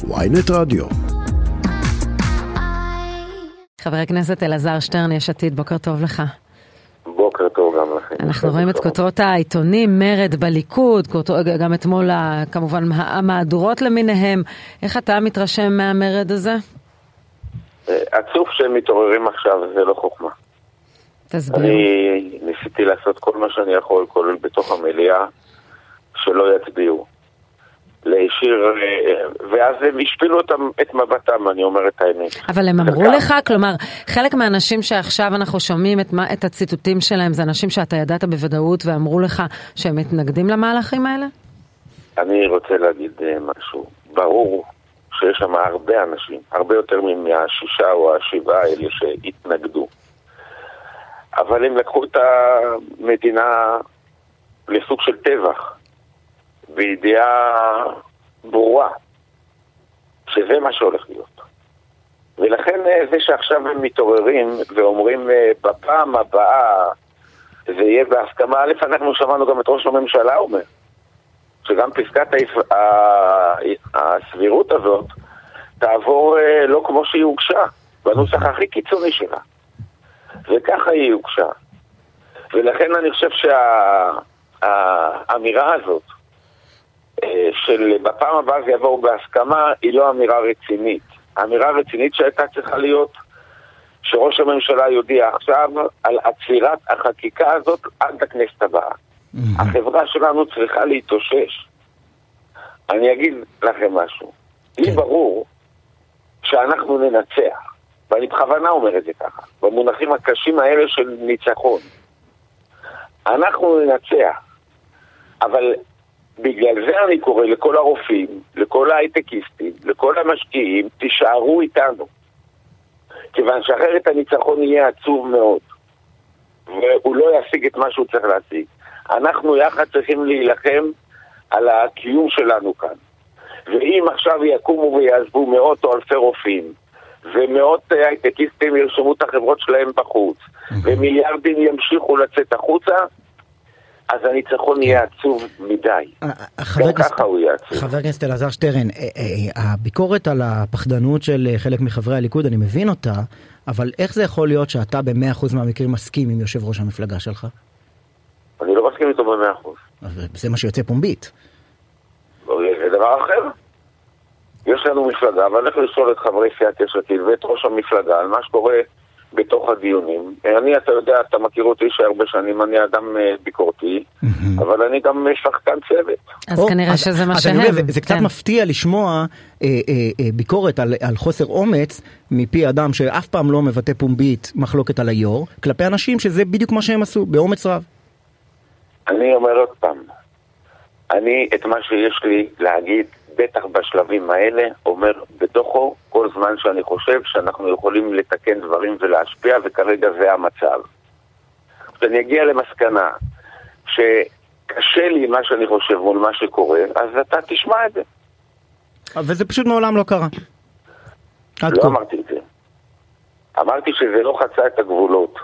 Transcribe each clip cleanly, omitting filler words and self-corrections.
ynet רדיו. חבר הכנסת אלעזר שטרן, יש עתיד, בוקר טוב לך. בוקר טוב גם לכם. אנחנו רואים את כותרות העיתונים, מרד בליכוד, גם אתמול כמובן המהדורות למיניהם. איך אתה מתרשם מהמרד הזה? עצוב שהם מתעוררים עכשיו, זה לא חוכמה. תסביר. אני ניסיתי לעשות כל מה שאני יכול, כולל בתוך המליאה, שלא יצביעו. להישיר, ואז הם השפילו את מבטם, אני אומר את האמת. אבל הם אמרו לך, כלומר, חלק מהאנשים שעכשיו אנחנו שומעים את הציטוטים שלהם, זה אנשים שאתה ידעת בוודאות ואמרו לך שהם מתנגדים למהלכים האלה? אני רוצה להגיד משהו. ברור שיש שם הרבה אנשים, הרבה יותר מהשישה או השבעה האלה שהתנגדו. אבל הם לקחו את המדינה לסוג של טבח. בידיעה ברורה שזה מה שהולך להיות. ולכן זה שעכשיו הם מתעוררים ואומרים בפעם הבאה זה יהיה בהסכמה. א', אנחנו שמענו גם את ראש הממשלה אומר שגם פסקת הסבירות הזאת תעבור לא כמו שהיא הוגשה בנוסח הכי קיצוני שלה, וככה היא הוגשה. ולכן אני חושב שהאמירה הזאת של בפעם הבאה זה יבואו בהסכמה היא לא אמירה רצינית. האמירה הרצינית שהייתה צריכה להיות שראש הממשלה יודיע עכשיו על עצירת החקיקה הזאת עד הכנסת הבאה. החברה שלנו צריכה להתאושש. אני אגיד לכם משהו. לי ברור שאנחנו ננצח, ואני בכוונה אומר את זה ככה, במונחים הקשים האלה של ניצחון. אנחנו ננצח, אבל בגלל זה אני קורא לכל הרופאים, לכל ההייטקיסטים, לכל המשקיעים, תישארו איתנו. כיוון שאחרת הניצחון יהיה עצוב מאוד. והוא לא ישיג את מה שהוא צריך להשיג. אנחנו יחד צריכים להילחם על הקיום שלנו כאן. ואם עכשיו יקומו ויעזבו מאות או אלפי רופאים, ומאות הייטקיסטים ירשמו את החברות שלהם בחוץ, ומיליארדים ימשיכו לצאת החוצה, אז הניצחון יהיה עצוב מדי. גם ככה הוא יהיה עצוב. חבר הכנסת אלעזר שטרן, הביקורת על הפחדנות של חלק מחברי הליכוד, אני מבין אותה, אבל איך זה יכול להיות שאתה ב100% מהמקרים מסכים עם יושב ראש המפלגה שלך? אני לא מסכים איתו ב100%. זה מה שיוצא פומבית. זה דבר אחר. יש לנו מפלגה, אבל איך לשאול את חברי סיעת יש עתיד ואת ראש המפלגה על מה שקורה בתוך הדיונים. אתה יודע, אתה מכיר אותי שהרבה שנים, אני אדם ביקורתי, אבל אני גם שחקן צוות. אז כנראה שזה מה שהם. זה קצת מפתיע לשמוע ביקורת על חוסר אומץ מפי אדם שאף פעם לא מבטא פומבית מחלוקת על היור, כלפי אנשים שזה בדיוק מה שהם עשו, באומץ רב. אני אומר עוד פעם, את מה שיש לי להגיד, בטח בשלבים האלה, אומר בתוכו כל זמן שאני חושב שאנחנו יכולים לתקן דברים ולהשפיע, וכרגע זה המצב. כשאני אגיע למסקנה שקשה לי מה שאני חושב מול מה שקורה, אז אתה תשמע את זה. וזה פשוט מעולם לא קרה. לא אמרתי את זה. אמרתי שזה לא חצה את הגבולות.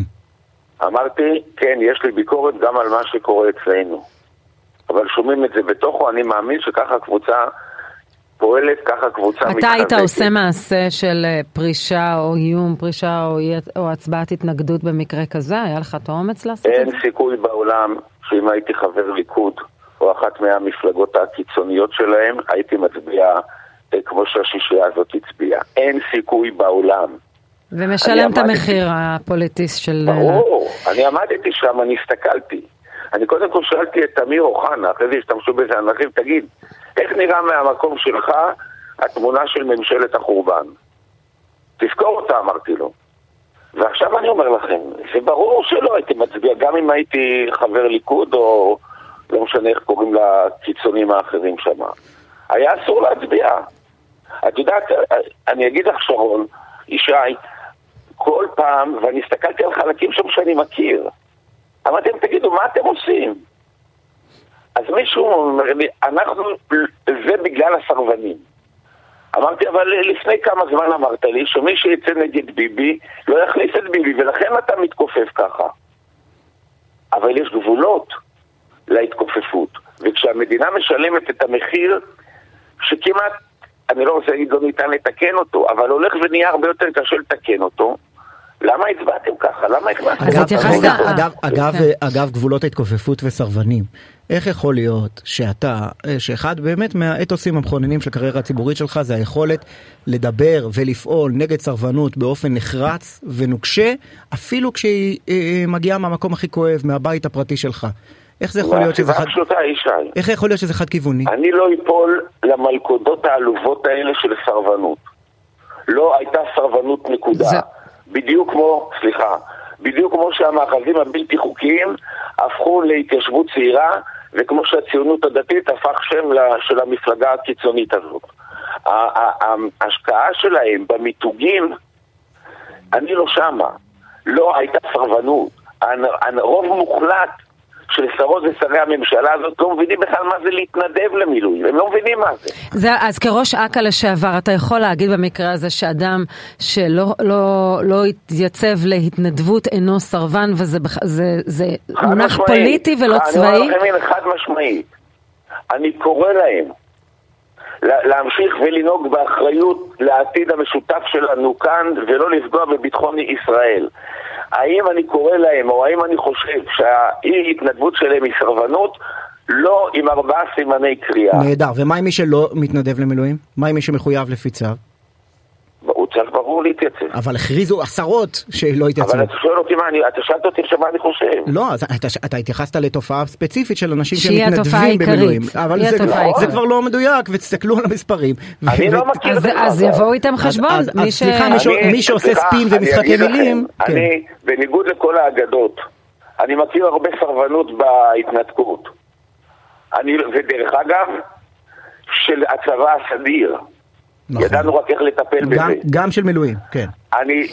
אמרתי, כן, יש לי ביקורת גם על מה שקורה אצלנו. אבל שומעים את זה בתוכו, אני מאמין שככה קבוצה פועלת, ככה קבוצה מתחזקת. אתה היית עושה מעשה של פרישה או איום פרישה או הצבעת התנגדות במקרה כזה? היה לך את האומץ לעשות את זה? אין סיכוי בעולם שאם הייתי חבר ליכוד או אחת מהמפלגות הקיצוניות שלהם, הייתי מצביע כמו שהשישייה הזאת הצביעה. אין סיכוי בעולם. ומשלם את המחיר הפוליטיסט של... ברור, אני עמדתי שם, אני הסתכלתי. אני קודם כל שאלתי את אמיר אוחנה, אחרי זה השתמשו בזה אנשים, תגיד, איך נראה מהמקום שלך התמונה של ממשלת החורבן? תזכור אותה, אמרתי לו. ועכשיו אני אומר לכם, זה ברור שלא הייתי מצביע, גם אם הייתי חבר ליכוד, או לא משנה איך קוראים לקיצונים האחרים שם. היה אסור להצביע. את יודעת, אני אגיד לך שרון, ישי, כל פעם, ואני הסתכלתי על חלקים שם שאני מכיר, אמרתם, תגידו, מה אתם עושים? אז מישהו אומר לי, זה בגלל הסרבנים. אמרתי, אבל לפני כמה זמן אמרת לי, שמי שיצא נגד ביבי, לא יכניס את ביבי, ולכן אתה מתכופף ככה. אבל יש גבולות להתכופפות. וכשהמדינה משלמת את המחיר, שכמעט אני לא רוצה להגיד לא ניתן לתקן אותו, אבל הולך ונהיה הרבה יותר קשה לתקן אותו. למה הצבעתם ככה? למה הצבעתם? אגב, גבולות ההתכופפות וסרבנים. איך יכול להיות שאחד באמת מהאתוסים המכוננים של הקריירה הציבורית שלך זה היכולת לדבר ולפעול נגד סרבנות באופן נחרץ ונוקשה, אפילו כשהיא מגיעה מהמקום הכי כואב, מהבית הפרטי שלך? איך זה יכול להיות שזה חד... איך יכול להיות שזה חד כיווני? אני לא אפול למלכודות העלובות האלה של סרבנות. לא הייתה סרבנות נקודה. בדיוק כמו שהמאחזים הבלתי חוקיים הפכו להתיישבות צעירה, וכמו שהציונות הדתית הפך שם של המפלגה הקיצונית הזאת. ההשקעה שלהם במיתוגים, אני לא שמה. לא הייתה סרבנות. הרוב מוחלט של שרות ושרי הממשלה הזאת לא מבינים בכלל מה זה להתנדב למילואים, הם לא מבינים מה זה. אז כראש אכ"א לשעבר, אתה יכול להגיד במקרה הזה שאדם שלא יתייצב להתנדבות אינו סרבן, וזה מונח פוליטי ולא צבאי? אני אומר לכם חד משמעית, אני קורא להם להמשיך ולנהוג באחריות לעתיד המשותף שלנו כאן, ולא לפגוע בביטחון ישראל. האם אני קורא להם, או האם אני חושב שהאי התנדבות שלהם היא סרבנות? לא, עם 4 סימני קריאה. נהדר. ומה עם מי שלא מתנדב למילואים? מה עם מי שמחויב לפי צו? הוא צריך ברור להתייצב. אבל הכריזו עשרות שלא התייצבו. אבל אתה שואל אותי אתה שאלת אותי שמה אני חושב. לא, אז אתה התייחסת לתופעה ספציפית של אנשים שמתנדבים במילואים. אבל זה כבר לא מדויק, ותסתכלו על המספרים. אני לא מכיר בכלל. אז יבואו איתם חשבון. אז סליחה, מי שעושה ספין ומשחקי מילים. אני, בניגוד לכל האגדות, אני מכיר הרבה סרבנות בהתנתקות. ודרך אגב, של הצבא הסדיר. ידענו רק איך לטפל בזה. גם של מילואים, כן. אני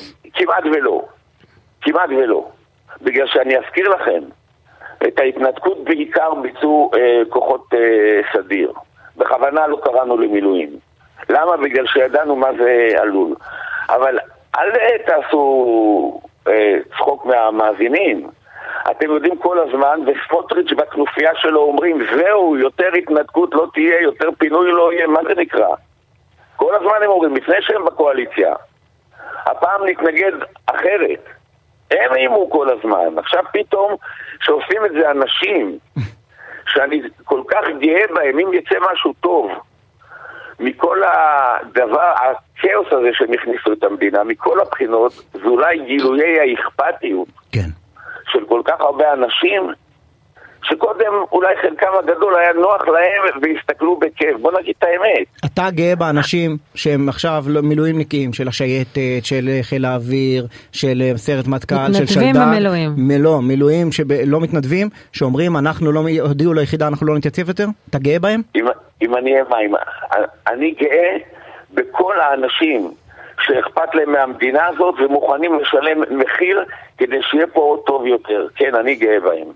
כמעט ולא. בגלל שאני אזכיר לכם, את ההתנתקות בעיקר ביצעו כוחות סדיר. בכוונה לא קראנו למילואים. למה? בגלל שידענו מה זה עלול. אבל אל תעשו צחוק מהמאזינים. אתם יודעים כל הזמן, וסמוטריץ' בכנופיה שלו אומרים, זהו, יותר התנתקות לא תהיה, יותר פינוי לא יהיה, מה זה נקרא? כל הזמן הם אומרים, לפני שהם בקואליציה, הפעם נתנגד אחרת. הם אימו כל הזמן. עכשיו פתאום שעושים את זה אנשים, שאני כל כך גאה בהם, אם יצא משהו טוב, מכל הדבר, הכאוס הזה שהם הכניסו את המדינה, מכל הבחינות, זה אולי גילויי האכפתיות. כן. של כל כך הרבה אנשים, שקודם אולי חלקם הגדול היה נוח להם והסתכלו בכיף. בוא נגיד את האמת. אתה גאה באנשים שהם עכשיו מילואימניקים, של השייטת, של חיל האוויר, של סיירת מטכ"ל, של שלד"ג. מתנדבים במילואים. מילואים שלא מתנדבים, שאומרים אנחנו לא, הודיעו ליחידה אנחנו לא נתייצב יותר? אתה גאה בהם? אם אני אהיה מים. אני גאה בכל האנשים שאכפת להם מהמדינה הזאת ומוכנים לשלם מחיר כדי שיהיה פה עוד טוב יותר. כן, אני גאה בהם.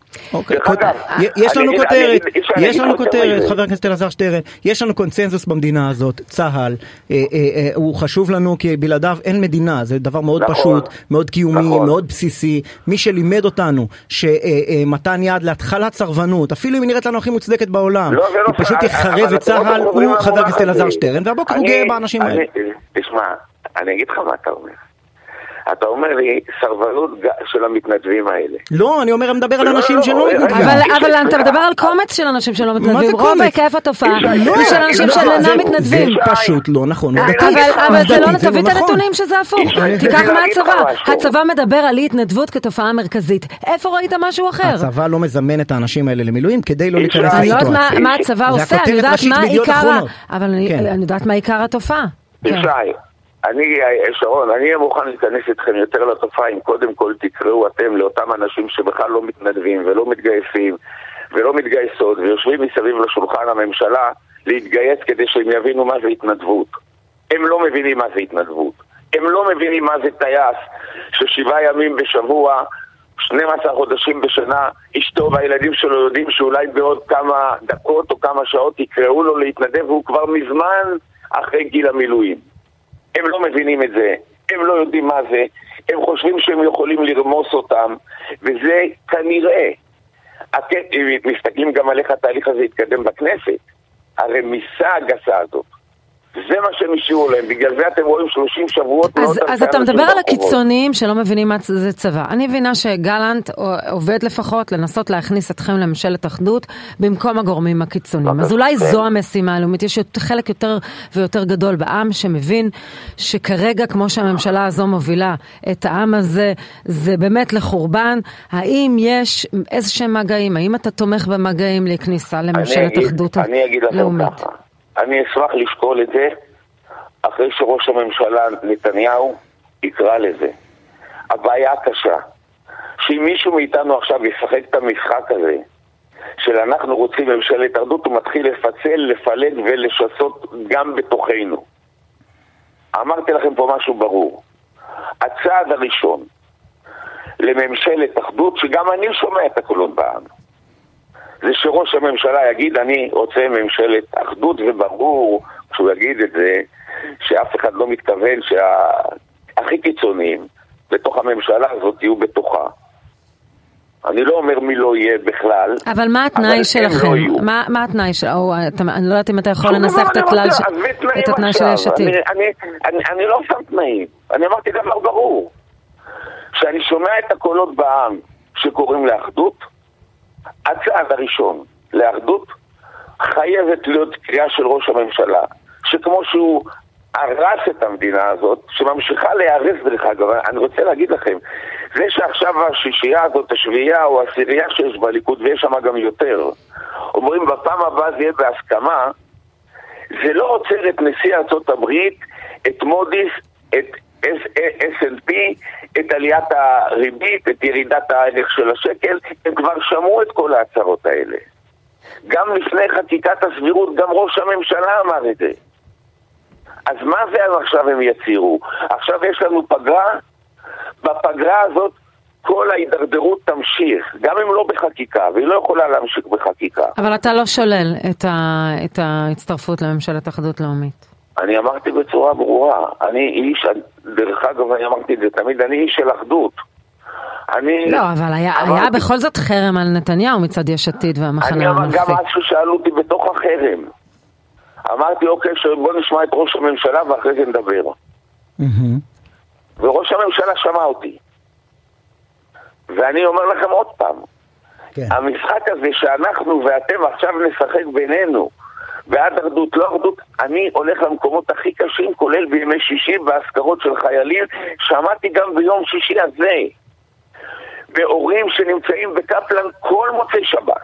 יש לנו כותרת, חבר הכנסת אלעזר שטרן, יש לנו קונצנזוס במדינה הזאת, צה"ל, הוא חשוב לנו כי בלעדיו אין מדינה, זה דבר מאוד פשוט, מאוד קיומי, מאוד בסיסי. מי שלימד אותנו שמתן יד להתחלת סרבנות, אפילו אם היא נראית לנו הכי מוצדקת בעולם, הוא פשוט יחרב את צה"ל, הוא חבר הכנסת אלעזר שטרן, והבוקר הוא גאה באנשים האלה. תשמע, אני אגיד לך מה אתה אומר. אתה אומר לי סרבנות של המתנדבים האלה. לא, אני אומר, אני מדבר על אנשים שלא מתנדבים. אבל אתה מדבר על קומץ של אנשים שלא מתנדבים. רוב היקף התופעה זה של אנשים שאינם מתנדבים. פשוט לא נכון. אבל זה לא, תביא את הנתונים שזה הפוך. תיקח מהצבא. הצבא מדבר על התנדבות כתופעה מרכזית. איפה ראית משהו אחר? הצבא לא מזמן את האנשים האלה למילואים כדי לא להיכנס לסיטואציה. אני לא יודעת מה הצבא עושה, אני יודעת מה עיקר התופעה. שרון, אני אהיה מוכן להיכנס איתכם יותר לתופעה אם קודם כל תקראו אתם לאותם אנשים שבכלל לא מתנדבים ולא מתגייסים ולא מתגייסות ויושבים מסביב לשולחן הממשלה להתגייס כדי שהם יבינו מה זה התנדבות. הם לא מבינים מה זה התנדבות. הם לא מבינים מה זה טייס ש7 ימים בשבוע, 12 חודשים בשנה, אשתו והילדים שלו יודעים שאולי בעוד כמה דקות או כמה שעות יקראו לו להתנדב והוא כבר מזמן אחרי גיל המילואים. הם לא מבינים את זה, הם לא יודעים מה זה, הם חושבים שהם יכולים לרמוס אותם, וזה כנראה, מסתכלים גם על איך התהליך הזה יתקדם בכנסת, הרמיסה הגסה הזאת זה מה שהם השאירו להם, בגלל זה אתם רואים 30 שבועות. אז אתה מדבר על הקיצוניים שלא מבינים מה זה צבא. אני מבינה שגלנט עובד לפחות לנסות להכניס אתכם לממשלת אחדות במקום הגורמים הקיצוניים. אז אולי זו המשימה הלאומית. יש חלק יותר ויותר גדול בעם שמבין שכרגע כמו שהממשלה הזו מובילה את העם הזה, זה באמת לחורבן. האם יש איזשהם מגעים? האם אתה תומך במגעים לכניסה לממשלת אחדות לאומית? אני אגיד לכם ככה. אני אשמח לשקול את זה אחרי שראש הממשלה נתניהו יקרא לזה. הבעיה הקשה, שאם מישהו מאיתנו עכשיו ישחק את המשחק הזה, של אנחנו רוצים ממשלת אחדות, הוא מתחיל לפצל, לפלג ולשסות גם בתוכנו. אמרתי לכם פה משהו ברור. הצעד הראשון לממשלת אחדות, שגם אני שומע את הקולות בעם, זה שראש הממשלה יגיד אני רוצה ממשלת אחדות, וברור כשהוא יגיד את זה שאף אחד לא מתכוון שהכי קיצוניים בתוך הממשלה הזאת יהיו בתוכה. אני לא אומר מי לא יהיה בכלל. אבל מה התנאי שלכם? מה התנאי שלכם? אני לא יודעת אם אתה יכול לנסח את התנאי של יש עתיד. אני לא שם תנאים. אני אמרתי דבר ברור. שאני שומע את הקולות בעם שקוראים לאחדות, הצעד הראשון לאחדות חייבת להיות קריאה של ראש הממשלה, שכמו שהוא הרס את המדינה הזאת, שממשיכה להירס דרך אגב, אני רוצה להגיד לכם, זה שעכשיו השישייה הזאת, השביעייה או העשירייה שיש בליכוד, ויש שם גם יותר, אומרים בפעם הבאה זה יהיה בהסכמה, זה לא עוצר את נשיא ארצות הברית, את מודי'ס, את S&P, את עליית הריבית, את ירידת הערך של השקל. הם כבר שמעו את כל ההצהרות האלה. גם לפני חקיקת הסבירות, גם ראש הממשלה אמר את זה. אז מה זה עכשיו הם יצירו? עכשיו יש לנו פגרה, בפגרה הזאת כל ההידרדרות תמשיך, גם אם לא בחקיקה, והיא לא יכולה להמשיך בחקיקה. אבל אתה לא שולל את ההצטרפות לממשלת אחדות לאומית. אני אמרתי בצורה ברורה, אני איש, דרך אגב אני אמרתי את זה תמיד, אני איש של אחדות. לא, אבל היה בכל זאת חרם על נתניהו מצד יש עתיד והמחנה הממלכתי. אני אמר גם משהו שאלו אותי בתוך החרם. אמרתי אוקיי, בוא נשמע את ראש הממשלה ואחרי זה נדבר. וראש הממשלה שמע אותי. ואני אומר לכם עוד פעם, המשחק הזה שאנחנו ואתם עכשיו נשחק בינינו, בעד אחדות, לא אחדות, אני הולך למקומות הכי קשים, כולל בימי שישי, בהזכרות של חיילים, שמעתי גם ביום שישי הזה, בהורים שנמצאים בקפלן כל מוצאי שבת,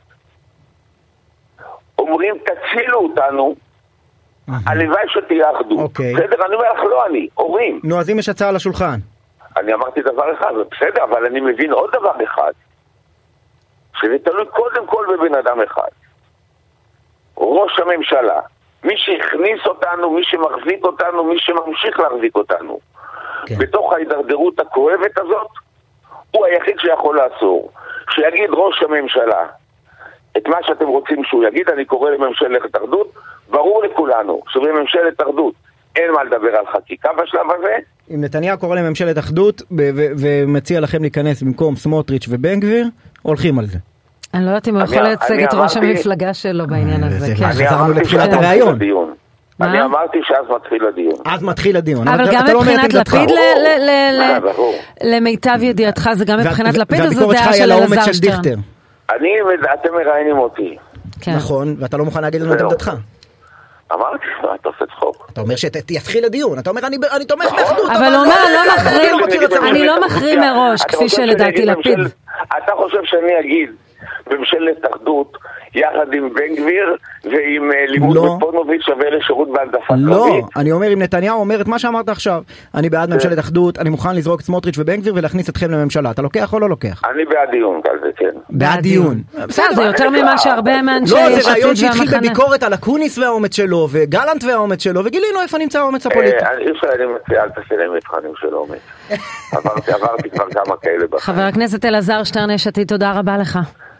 אומרים תצילו אותנו, הלוואי שתהיה אחדות. בסדר, אני אומר לך לא אני, הורים. נו, אז אם יש הצעה על השולחן. אני אמרתי דבר אחד, בסדר, אבל אני מבין עוד דבר אחד, שזה תלוי קודם כל בבן אדם אחד. ראש הממשלה, מי שהכניס אותנו, מי שמחזיק אותנו, מי שממשיך להחזיק אותנו בתוך ההידרדרות הכואבת הזאת, הוא היחיד שיכול לעצור. שיגיד ראש הממשלה את מה שאתם רוצים שהוא יגיד. אני קורא לממשלת אחדות, ברור לכולנו שבממשלת אחדות אין מה לדבר על חקיקה בשלב הזה. אם נתניהו קורא לממשלת אחדות ומציע לכם להיכנס במקום סמוטריץ' ובן גביר, הולכים על זה. אני לא יודעת אם הוא יכול לייצג את ראש המפלגה שלו בעניין הזה. חזרנו לתחילת הרעיון. אני אמרתי שאז מתחיל הדיון. אז מתחיל הדיון. אבל גם מבחינת לפיד, למיטב ידיעתך, זה גם מבחינת לפיד, אז זו דעה של אלעזר שטרן. אתם מראיינים אותי. נכון, ואתה לא מוכן להגיד לנו את עמדתך. אמרתי, אתה עושה צחוק. אתה אומר שיתחיל הדיון, אתה אומר אני תומך באחדות. אבל הוא אומר, אני לא מחרים מראש, כפי שלדעתי לפיד. אתה חושב שאני אגיד ממשלת אחדות יחד עם בן גביר ועם לימוד בפונוביץ' שווה לשירות בהנדסה קרבית? לא, אני אומר אם נתניהו אומר את מה שאמרת עכשיו, אני בעד ממשלת אחדות, אני מוכן לזרוק את סמוטריץ' ובן גביר ולהכניס אתכם לממשלה, אתה לוקח או לא לוקח? אני בעד דיון על זה, כן. בעד דיון. בסדר, זה יותר ממה שהרבה מאנשי לא, זה רעיון שהתחיל בביקורת על אקוניס והאומץ שלו וגלנט והאומץ שלו, וגילינו איפה נמצא האומץ הפוליטי. אני מציע, אל תעשה מבחנים של אומץ. עברתי כבר כמה כאלה. חבר הכנסת אלעזר שטרן, יש עתיד, תודה רבה לך.